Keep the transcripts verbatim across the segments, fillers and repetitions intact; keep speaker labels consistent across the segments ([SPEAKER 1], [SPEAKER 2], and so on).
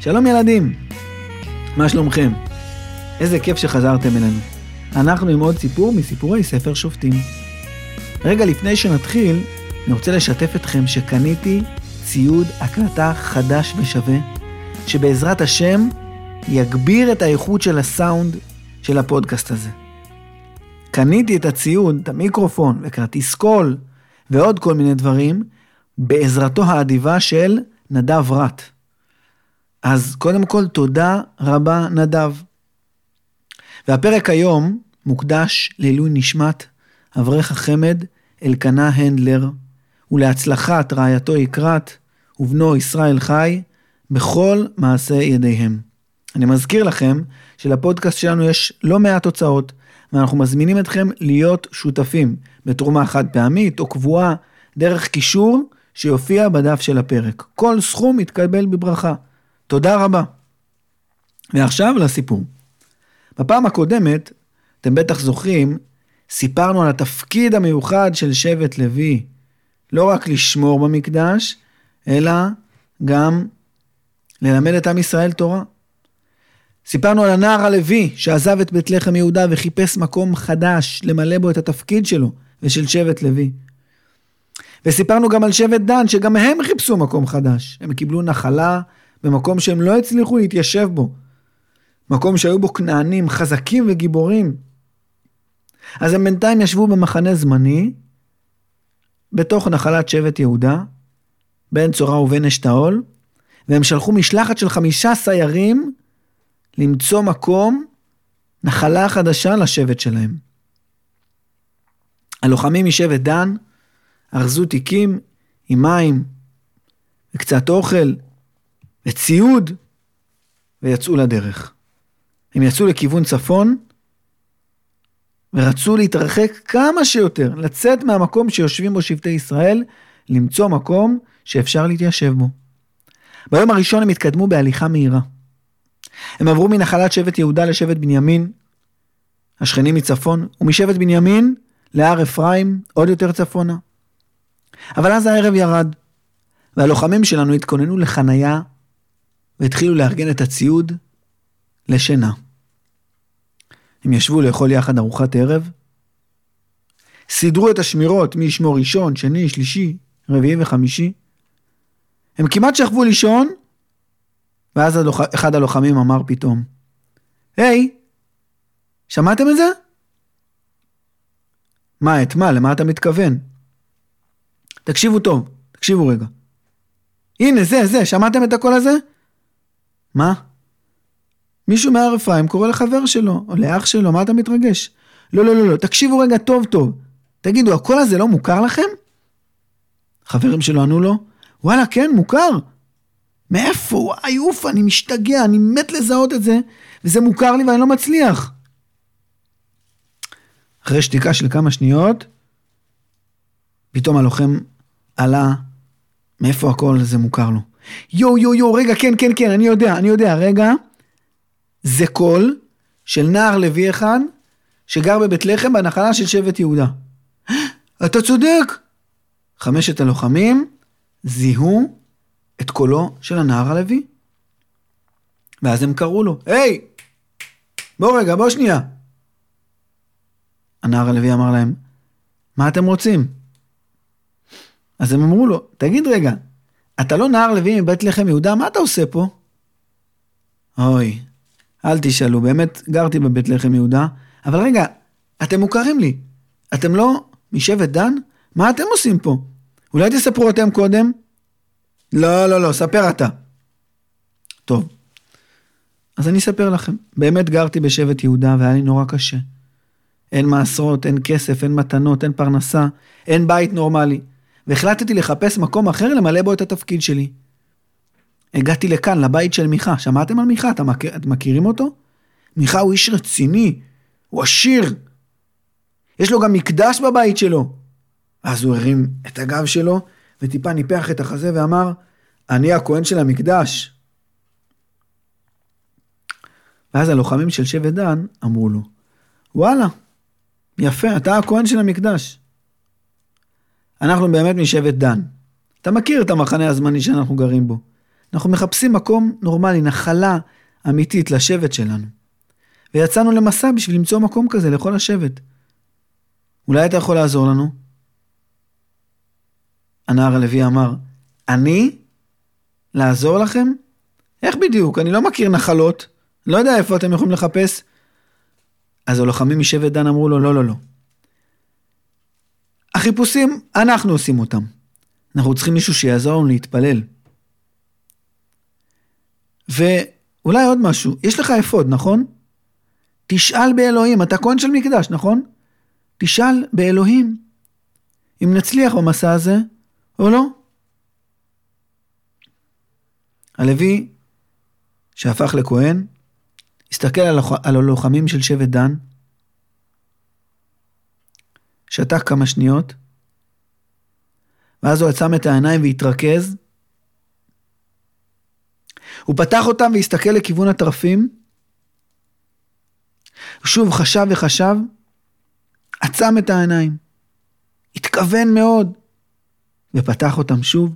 [SPEAKER 1] שלום ילדים, מה שלומכם? איזה כיף שחזרתם אלינו. אנחנו עם עוד סיפור מסיפורי ספר שופטים. רגע לפני שנתחיל, אני רוצה לשתף אתכם שקניתי ציוד הקלטה חדש ושווה, שבעזרת השם יגביר את האיכות של הסאונד של הפודקאסט הזה. קניתי את הציוד, את המיקרופון וכרטיס קול ועוד כל מיני דברים, בעזרתו האדיבה של נדב רט. אז קודם כל תודה רבה נדב. והפרק היום מוקדש לעילוי נשמת אברך החמד אלקנה הנדלר, ולהצלחת רעייתו יקרת ובנו ישראל חי בכל מעשה ידיהם. אני מזכיר לכם שלפודקאסט שלנו יש לא מעט תוצאות, ואנחנו מזמינים אתכם להיות שותפים בתרומה חד פעמית או קבועה דרך קישור שיופיע בדף של הפרק. כל סכום יתקבל בברכה. תודה רבה. ועכשיו לסיפור. בפעם הקודמת, אתם בטח זוכרים, סיפרנו על התפקיד המיוחד של שבט לוי, לא רק לשמור במקדש, אלא גם ללמד את עם ישראל תורה. סיפרנו על הנער הלוי שעזב את בית לחם יהודה וחיפש מקום חדש למלא בו את התפקיד שלו ושל שבט לוי. וסיפרנו גם על שבט דן שגם הם חיפשו מקום חדש. הם קיבלו נחלה במקום שהם לא הצליחו להתיישב בו. מקום שהיו בו כנענים חזקים וגיבורים. אז הם בינתיים ישבו במחנה זמני, בתוך נחלת שבט יהודה, בין צורה ובין אשתאול, והם שלחו משלחת של חמישה סיירים, למצוא מקום, נחלה חדשה לשבט שלהם. הלוחמים משבט דן, ארזו תיקים עם מים, וקצת אוכל, וציוד, ויצאו לדרך. הם יצאו לכיוון צפון, ורצו להתרחק כמה שיותר, לצאת מהמקום שיושבים בו שבטי ישראל, למצוא מקום שאפשר להתיישב בו. ביום הראשון הם התקדמו בהליכה מהירה. הם עברו מנחלת שבט יהודה לשבט בנימין, השכנים מצפון, ומשבט בנימין להר אפרים, עוד יותר צפונה. אבל אז הערב ירד, והלוחמים שלנו התכוננו לחנייה, והתחילו לארגן את הציוד לשינה. הם ישבו לאכול יחד ארוחת ערב, סידרו את השמירות מי ישמור ראשון, שני, שלישי, רביעי וחמישי. הם כמעט שכבו לישון, ואז הלוח... אחד הלוחמים אמר פתאום, היי, שמעתם את זה? מה, את מה? למה אתה מתכוון? תקשיבו טוב, תקשיבו רגע. הנה, זה, זה, שמעתם את הקול הזה? מה? מישהו מהר אפרים קורא לחבר שלו, או לאח שלו, מה אתה מתרגש? לא, לא, לא, לא, תקשיבו רגע טוב טוב. תגידו, הקול הזה לא מוכר לכם? חברים שלו ענו לו, וואלה, כן, מוכר. מאיפה? וואי, אוף, אני משתגע, אני מת לזהות את זה, וזה מוכר לי ואני לא מצליח. אחרי שתיקה של כמה שניות, פתאום הלוחם עלה, מאיפה הקול הזה מוכר לו? יו, יו, יו, רגע, כן, כן, כן, אני יודע, אני יודע, רגע, זה קול של נער לוי אחד, שגר בבית לחם בנחלה של שבט יהודה. אתה צודק. חמשת הלוחמים זיהו את קולו של הנער הלוי. ואז הם קראו לו, היי, בוא רגע, בוא שנייה. הנער הלוי אמר להם, מה אתם רוצים? אז הם אמרו לו, תגיד רגע, אתה לא נער לוי מבית לחם יהודה, מה אתה עושה פה? אוי, אל תשאלו, באמת גרתי בבית לחם יהודה, אבל רגע, אתם מוכרים לי, אתם לא משבט דן? מה אתם עושים פה? אולי תספרו אתם קודם? לא, לא, לא, ספר אתה. טוב, אז אני אספר לכם, באמת גרתי בשבט יהודה והיה לי נורא קשה. אין מעשרות, אין כסף, אין מתנות, אין פרנסה, אין בית נורמלי. והחלטתי לחפש מקום אחר למלא בו את התפקיד שלי. הגעתי לכאן, לבית של מיכה. שמעתם על מיכה? אתם מכיר, אתם מכירים אותו? מיכה הוא איש רציני, הוא עשיר. יש לו גם מקדש בבית שלו. אז הוא הרים את הגב שלו, וטיפה ניפח את החזה ואמר, אני הכהן של המקדש. ואז הלוחמים של שבט דן אמרו לו, וואלה, יפה, אתה הכהן של המקדש. אנחנו באמת משבט דן. אתה מכיר את המחנה הזמני שאנחנו גרים בו. אנחנו מחפשים מקום נורמלי, נחלה אמיתית לשבט שלנו. ויצאנו למסע בשביל למצוא מקום כזה לכל השבט. אולי אתה יכול לעזור לנו? הנער הלוי אמר, אני? לעזור לכם? איך בדיוק? אני לא מכיר נחלות. לא יודע איפה אתם יכולים לחפש. אז הלוחמים משבט דן אמרו לו, לא, לא, לא. החיפושים, אנחנו עושים אותם. אנחנו צריכים מישהו שיעזור לנו להתפלל. ואולי עוד משהו. יש לך אפוד, נכון? תשאל באלוהים. אתה כהן של מקדש, נכון? תשאל באלוהים. אם נצליח במסע הזה, או לא. הלוי, שהפך לכהן, הסתכל על, הלוח... על הלוחמים של שבט דן, שתק כמה שניות, ואז הוא עצם את העיניים והתרכז, הוא פתח אותם והסתכל לכיוון הטרפים, שוב חשב וחשב, עצם את העיניים, התכוון מאוד, ופתח אותם שוב,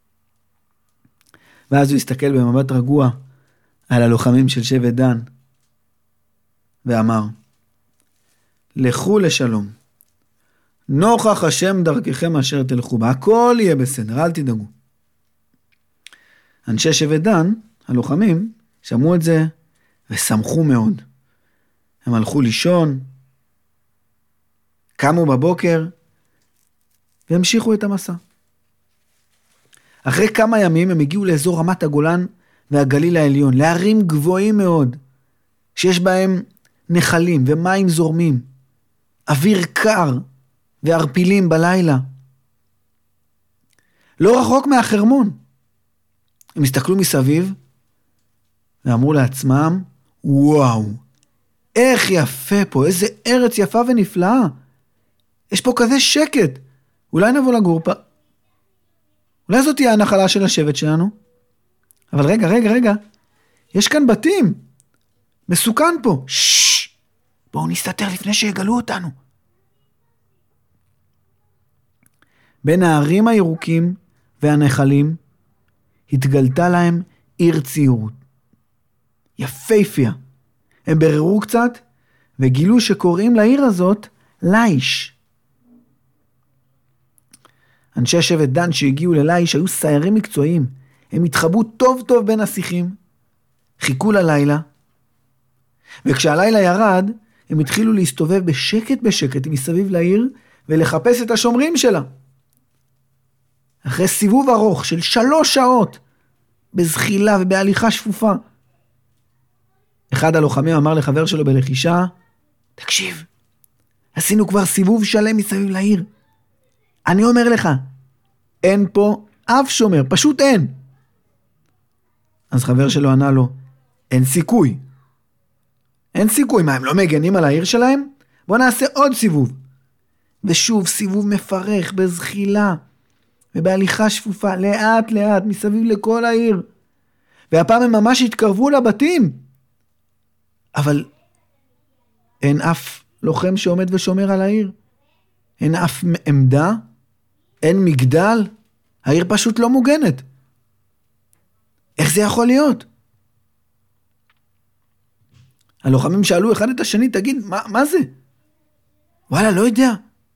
[SPEAKER 1] ואז הוא הסתכל במבט רגוע על הלוחמים של שבט דן, ואמר, לכו לשלום, נוכח השם דרככם אשר תלכו בה, הכל יהיה בסדר, אל תדאגו. אנשי שבט דן, הלוחמים, שמעו את זה ושמחו מאוד. הם הלכו לישון, קמו בבוקר, והמשיכו את המסע. אחרי כמה ימים הם הגיעו לאזור רמת הגולן והגליל העליון, להרים גבוהים מאוד, שיש בהם נחלים ומים זורמים, אוויר קר וערפילים בלילה. לא רחוק מהחרמון. הם הסתכלו מסביב ואמרו לעצמם, וואו, איך יפה פה, איזה ארץ יפה ונפלאה. יש פה כזה שקט. אולי נבוא לגור פה. אולי זאת תהיה הנחלה של השבט שלנו. אבל רגע, רגע, רגע. יש כאן בתים. מסוכן פה. ששש. בואו נסתתר לפני שיגלו אותנו. בין הערים הירוקים והנחלים התגלתה להם עיר ציורות. יפהפייה. הם בררו קצת וגילו שקוראים לעיר הזאת לייש. אנשי שבט דן שהגיעו ללייש היו סיירים מקצועיים. הם התחבאו טוב טוב בין השיחים, חיכו ללילה, וכשהלילה ירד, הם התחילו להסתובב בשקט בשקט מסביב לעיר, ולחפש את השומרים שלה. אחרי סיבוב ארוך של שלוש שעות, בזחילה ובהליכה שפופה, אחד הלוחמים אמר לחבר שלו בלחישה, תקשיב, עשינו כבר סיבוב שלם מסביב לעיר. אני אומר לך, אין פה אף שומר, פשוט אין. אז חבר שלו ענה לו, אין סיכוי. אין סיכוי, מה הם לא מגנים על העיר שלהם? בוא נעשה עוד סיבוב. ושוב סיבוב מפרך בזחילה ובהליכה שפופה, לאט לאט מסביב לכל העיר. והפעם הם ממש התקרבו לבתים. אבל אין אף לוחם שעומד ושומר על העיר. אין אף עמדה, אין מגדל, העיר פשוט לא מוגנת. איך זה יכול להיות? הלוחמים שאלו אחד את השני, תגיד, מה, מה זה? וואלה, לא יודע.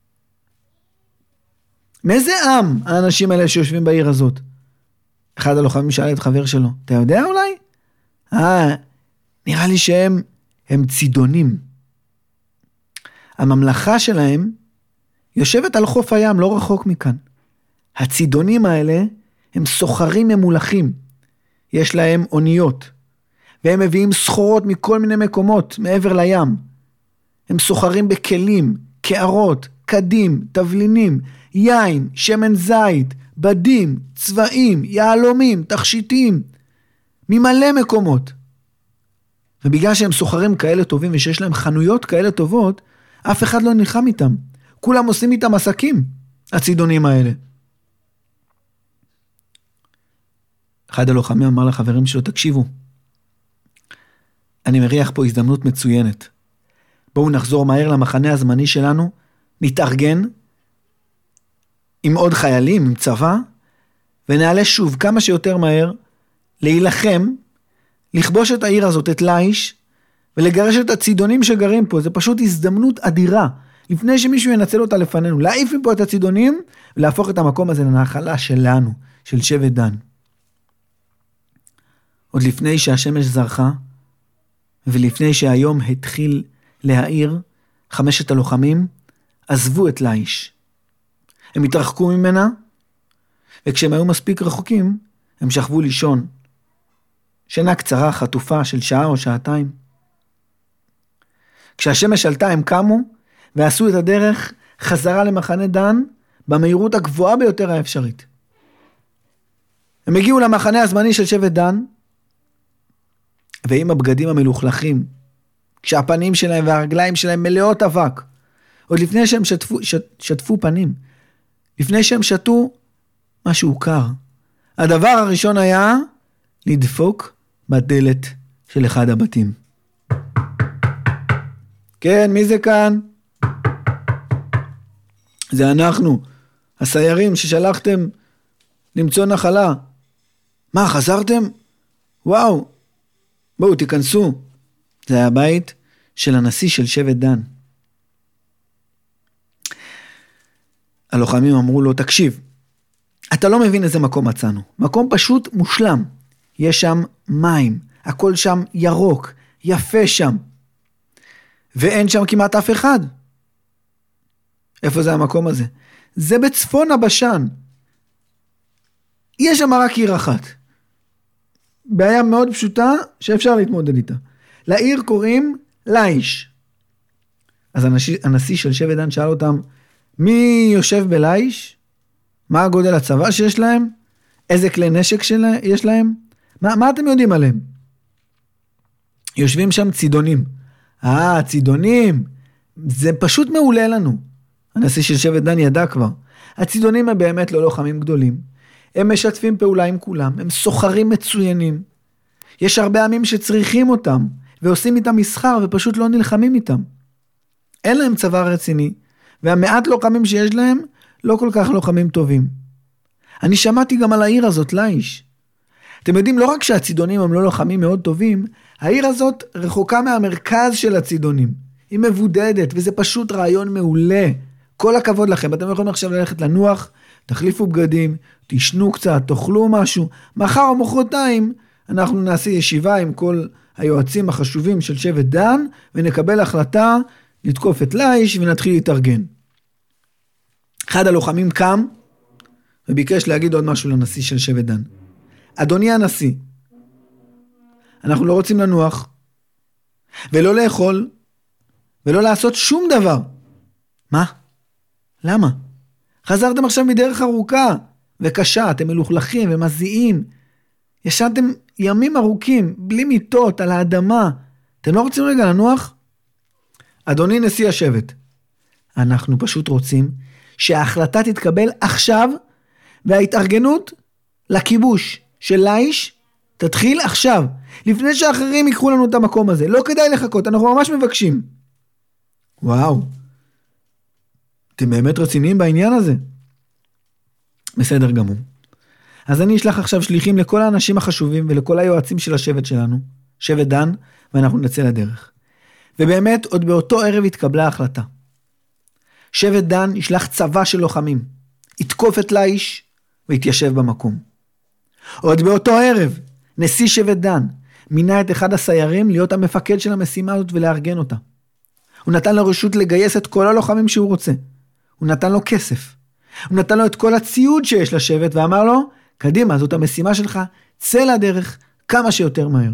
[SPEAKER 1] מאיזה עם האנשים האלה שיושבים בעיר הזאת? אחד הלוחמים שאל את חבר שלו, אתה יודע אולי? אה, נראה לי שהם הם צידונים. הממלכה שלהם יושבת על חוף הים, לא רחוק מכאן. הצידונים האלה הם סוחרים ממולכים. יש להם אוניות. והם מביאים סחורות מכל מיני מקומות מעבר לים. הם סוחרים בכלים, קערות, קדים, תבלינים, יין, שמן זית, בדים, צבעים, יעלומים, תכשיטים. ממלא מקומות. ובגלל שהם סוחרים כאלה טובים ושיש להם חנויות כאלה טובות, אף אחד לא נלחם איתם. כולם עושים איתם עסקים, הצידונים האלה. אחד הלוחמים אמר לחברים שלו, תקשיבו, אני מריח פה הזדמנות מצוינת. בואו נחזור מהר למחנה הזמני שלנו, נתארגן עם עוד חיילים, עם צבא, ונעלה שוב כמה שיותר מהר להילחם, לכבוש את העיר הזאת, את ליש, ולגרש את הצידונים שגרים פה. זה פשוט הזדמנות אדירה, לפני שמישהו ינצל אותה לפנינו, להעיף מפה את הצידונים, ולהפוך את המקום הזה לנחלה שלנו, של שבט דן. עוד לפני שהשמש זרחה, ולפני שהיום התחיל להאיר, חמשת הלוחמים עזבו את ליש. הם התרחקו ממנה, וכשהם היו מספיק רחוקים, הם שכבו לישון. שינה קצרה, חטופה של שעה או שעתיים. כשהשמש עלתה הם קמו, ועשו את הדרך חזרה למחנה דן, במהירות הגבוהה ביותר האפשרית. הם הגיעו למחנה הזמני של שבט דן, ועם הבגדים המלוכלכים, כשהפנים שלהם והרגליים שלהם מלאות אבק, עוד לפני שהם שטפו, שט, שטפו פנים, לפני שהם שתו משהו קר. הדבר הראשון היה לדפוק בדלת של אחד הבתים. כן, מי זה כאן? זה אנחנו, הסיירים ששלחתם למצוא נחלה. מה, חזרתם? וואו, בואו תיכנסו. זה היה הבית של הנשיא של שבט דן. הלוחמים אמרו לו, תקשיב, אתה לא מבין איזה מקום מצאנו. מקום פשוט מושלם. יש שם מים, הכל שם ירוק, יפה שם. ואין שם כמעט אף אחד. איפה זה המקום הזה? זה בצפון הבשן. יש שם רק עיר אחת. בעיה מאוד פשוטה שאפשר להתמודד איתה. לעיר קוראים ליש. אז הנשיא, הנשיא של שבט דן שאל אותם, מי יושב בליש? מה הגודל הצבא שיש להם? איזה כלי נשק יש להם? מה, מה אתם יודעים עליהם? יושבים שם צידונים. אה, צידונים. זה פשוט מעולה לנו. הנשיא של שבט דן ידע כבר. הצידונים הם באמת לא לוחמים גדולים. הם משתפים פעולה עם כולם. הם סוחרים מצוינים. יש הרבה עמים שצריכים אותם, ועושים איתם מסחר, ופשוט לא נלחמים איתם. אין להם צבא רציני, והמעט לוחמים שיש להם, לא כל כך לוחמים טובים. אני שמעתי גם על העיר הזאת, ליש. אתם יודעים, לא רק שהצידונים הם לא לוחמים מאוד טובים, העיר הזאת רחוקה מהמרכז של הצידונים. היא מבודדת, וזה פשוט רעיון מעולה. כל הכבוד לכם, אתם יכולים עכשיו ללכת לנוח, תחליפו בגדים, תשנו קצת, תאכלו משהו. מחר או מחרתיים, אנחנו נעשה ישיבה עם כל היועצים החשובים של שבט דן, ונקבל החלטה לתקוף את ליש ונתחיל להתארגן. אחד הלוחמים קם, וביקש להגיד עוד משהו לנשיא של שבט דן. אדוני הנשיא, אנחנו לא רוצים לנוח, ולא לאכול, ולא לעשות שום דבר. מה? למה? חזרתם עכשיו מדרך ארוכה וקשה, אתם מלוכלכים ומזיעים. ישנתם ימים ארוכים, בלי מיטות, על האדמה. אתם לא רוצים רגע לנוח? אדוני נשיא השבט, אנחנו פשוט רוצים שההחלטה תתקבל עכשיו, וההתארגנות לכיבוש של ליש תתחיל עכשיו, לפני שאחרים ייקחו לנו את המקום הזה. לא כדאי לחכות, אנחנו ממש מבקשים. וואו, אתם באמת רציניים בעניין הזה? בסדר גמור. אז אני אשלח עכשיו שליחים לכל האנשים החשובים ולכל היועצים של השבט שלנו, שבט דן, ואנחנו נצא לדרך. ובאמת עוד באותו ערב התקבלה ההחלטה. שבט דן ישלח צבא של לוחמים, יתקוף את ליש ויתיישב במקום. עוד באותו ערב, נשיא שבט דן מינה את אחד הסיירים להיות המפקד של המשימה הזאת ולארגן אותה. הוא נתן לו רשות לגייס את כל הלוחמים שהוא רוצה. הוא נתן לו כסף. הוא נתן לו את כל הציוד שיש לשבט ואמר לו, קדימה, זאת המשימה שלך, צא לדרך כמה שיותר מהר.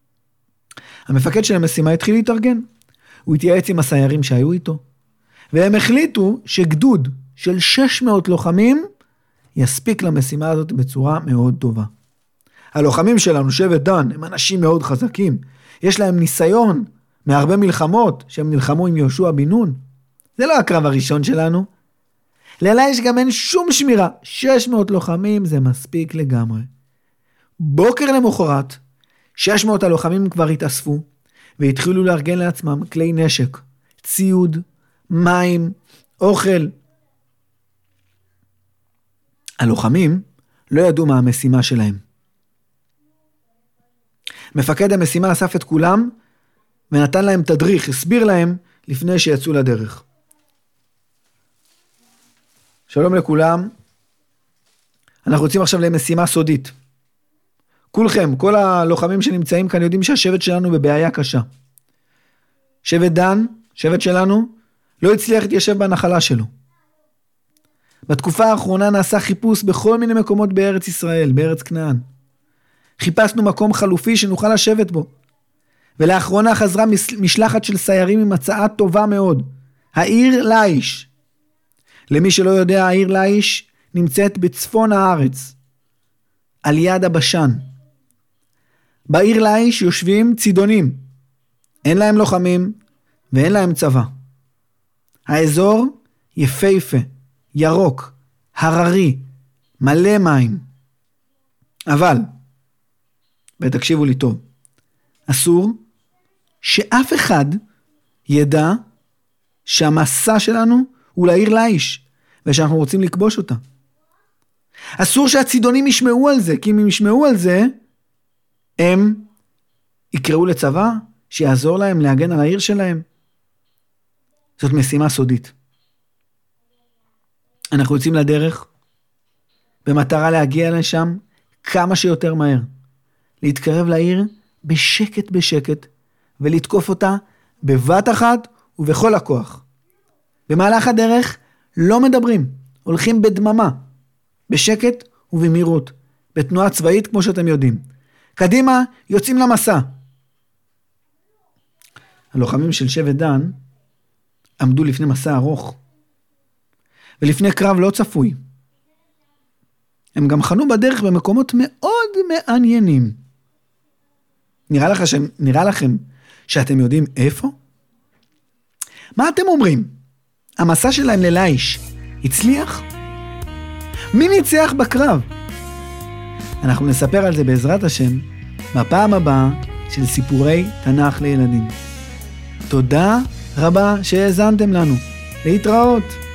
[SPEAKER 1] המפקד של המשימה התחיל להתארגן. הוא התייעץ עם הסיירים שהיו איתו, והם החליטו שגדוד של שש מאות לוחמים יספיק למשימה הזאת בצורה מאוד טובה. הלוחמים שלנו, שבט דן, הם אנשים מאוד חזקים. יש להם ניסיון מהרבה מלחמות שהם נלחמו עם יהושע בן נון. זה לא הקרב הראשון שלנו. לליש גם אין שום שמירה. שש מאות לוחמים זה מספיק לגמרי. בוקר למחרת, שש מאות הלוחמים כבר התאספו, והתחילו לארגן לעצמם כלי נשק, ציוד, מים, אוכל. הלוחמים לא ידעו מה המשימה שלהם. מפקד המשימה אסף את כולם, ונתן להם תדריך, הסביר להם לפני שיצאו לדרך. שלום לכולם, אנחנו יוצאים עכשיו למשימה סודית. כולכם, כל הלוחמים שנמצאים כאן יודעים שהשבט שלנו בבעיה קשה. שבט דן, שבט שלנו, לא הצליח להתיישב בנחלה שלו. בתקופה האחרונה נעשה חיפוש בכל מיני מקומות בארץ ישראל, בארץ כנען. חיפשנו מקום חלופי שנוכל לשבת בו. ולאחרונה חזרה משלחת של סיירים עם הצעה טובה מאוד. העיר לאיש. למי שלא יודע, העיר לאיש נמצאת בצפון הארץ. על יד הבשן. בעיר לאיש יושבים צידונים. אין להם לוחמים ואין להם צבא. האזור יפהפה, ירוק, הררי, מלא מים. אבל, ותקשיבו לי טוב, אסור שאף אחד ידע שהמסע שלנו הוא לעיר לאיש, ושאנחנו רוצים לכבוש אותה. אסור שהצידונים ישמעו על זה, כי אם הם ישמעו על זה, הם יקראו לצבא שיעזור להם להגן על העיר שלהם. זאת משימה סודית. אנחנו יוצאים לדרך, במטרה להגיע לשם כמה שיותר מהר. להתקרב לעיר בשקט בשקט, ולתקוף אותה בבת אחת ובכל הכוח. במהלך הדרך לא מדברים, הולכים בדממה, בשקט ובמהירות, בתנועה צבאית כמו שאתם יודעים. קדימה, יוצאים למסע. הלוחמים של שבט דן עמדו לפני מסע ארוך, ולפני קרב לא צפוי. הם גם חנו בדרך במקומות מאוד מעניינים. נראה לך ש... נראה לכם שאתם יודעים איפה? מה אתם אומרים? המסע שלהם ללאיש הצליח? מי ניצח בקרב? אנחנו נספר על זה בעזרת השם בפעם הבאה של סיפורי תנ"ך לילדים. תודה רבה שהאזנתם לנו. להתראות.